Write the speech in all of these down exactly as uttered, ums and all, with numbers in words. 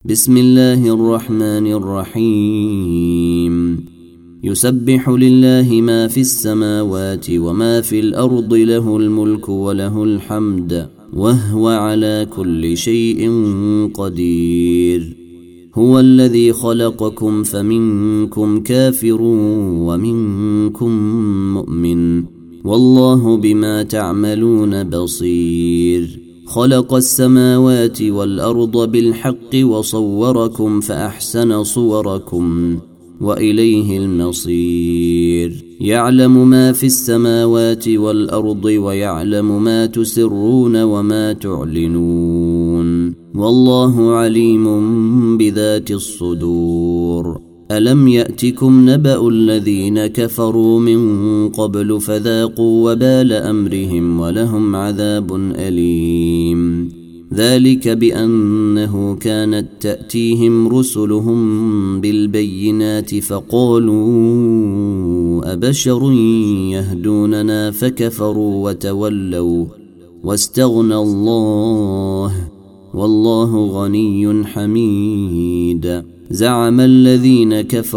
بسم الله الرحمن الرحيم يسبح لله ما في السماوات وما في الأرض له الملك وله الحمد وهو على كل شيء قدير. هو الذي خلقكم فمنكم كافر ومنكم مؤمن والله بما تعملون بصير. خلق السماوات والأرض بالحق وصوركم فأحسن صوركم وإليه المصير. يعلم ما في السماوات والأرض ويعلم ما تسرون وما تعلنون والله عليم بذات الصدور. ألم يأتكم نبأ الذين كفروا من قبل فذاقوا وبال أمرهم ولهم عذاب أليم. ذلك بأنه كانت تأتيهم رسلهم بالبينات فقالوا أبشر يهدوننا فكفروا وتولوا واستغنى الله والله غني حميد. زعم الذين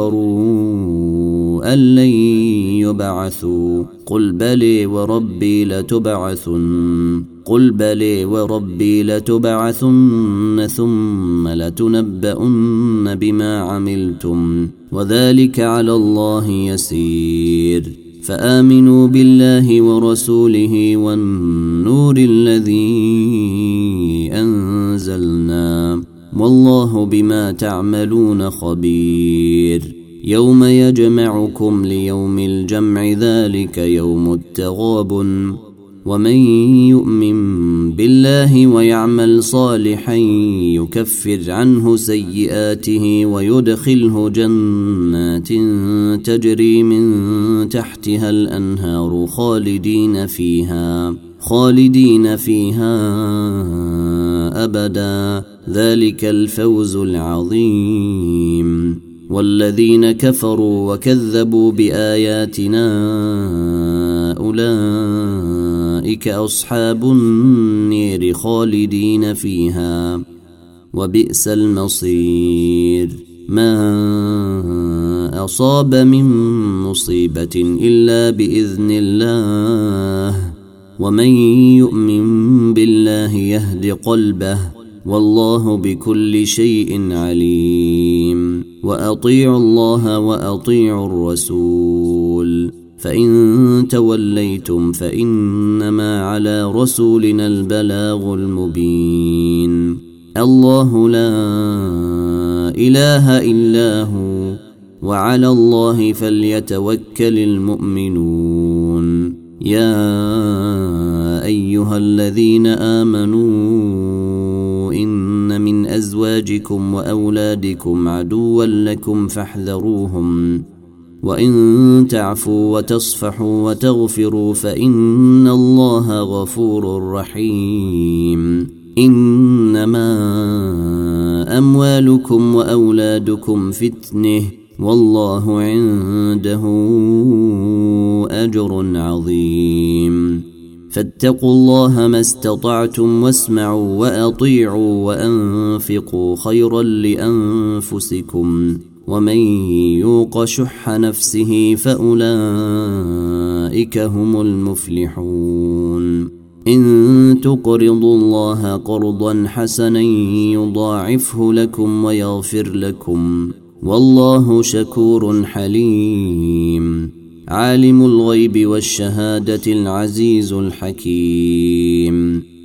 كفروا أن لن يبعثوا قل بلي وربي لتبعثن قل بلي وربي لتبعثن ثم لتنبؤن بما عملتم وذلك على الله يسير. فآمنوا بالله ورسوله والنور الذي أنزلنا والله بما تعملون خبير. يوم يجمعكم ليوم الجمع ذلك يوم التغابن ومن يؤمن بالله ويعمل صالحا يكفر عنه سيئاته ويدخله جنات تجري من تحتها الأنهار خالدين فيها خالدين فيها أبدا ذلك الفوز العظيم. والذين كفروا وكذبوا بآياتنا أولئك أصحاب النير خالدين فيها وبئس المصير. ما أصاب من مصيبة إلا بإذن الله ومن يؤمن بالله يهد قلبه والله بكل شيء عليم. وأطيعوا الله وأطيعوا الرسول فإن توليتم فإنما على رسولنا البلاغ المبين. الله لا إله إلا هو وعلى الله فليتوكل المؤمنون. يا أيها الذين آمنوا إن من أزواجكم وأولادكم عدوا لكم فاحذروهم وإن تعفوا وتصفحوا وتغفروا فإن الله غفور رحيم. إنما أموالكم وأولادكم فتنة والله عنده أجر عظيم. فاتقوا الله ما استطعتم واسمعوا وأطيعوا وأنفقوا خيرا لأنفسكم ومن يوق شح نفسه فأولئك هم المفلحون. إن تقرضوا الله قرضا حسنا يضاعفه لكم ويغفر لكم والله شكور حليم. عالم الغيب والشهادة العزيز الحكيم.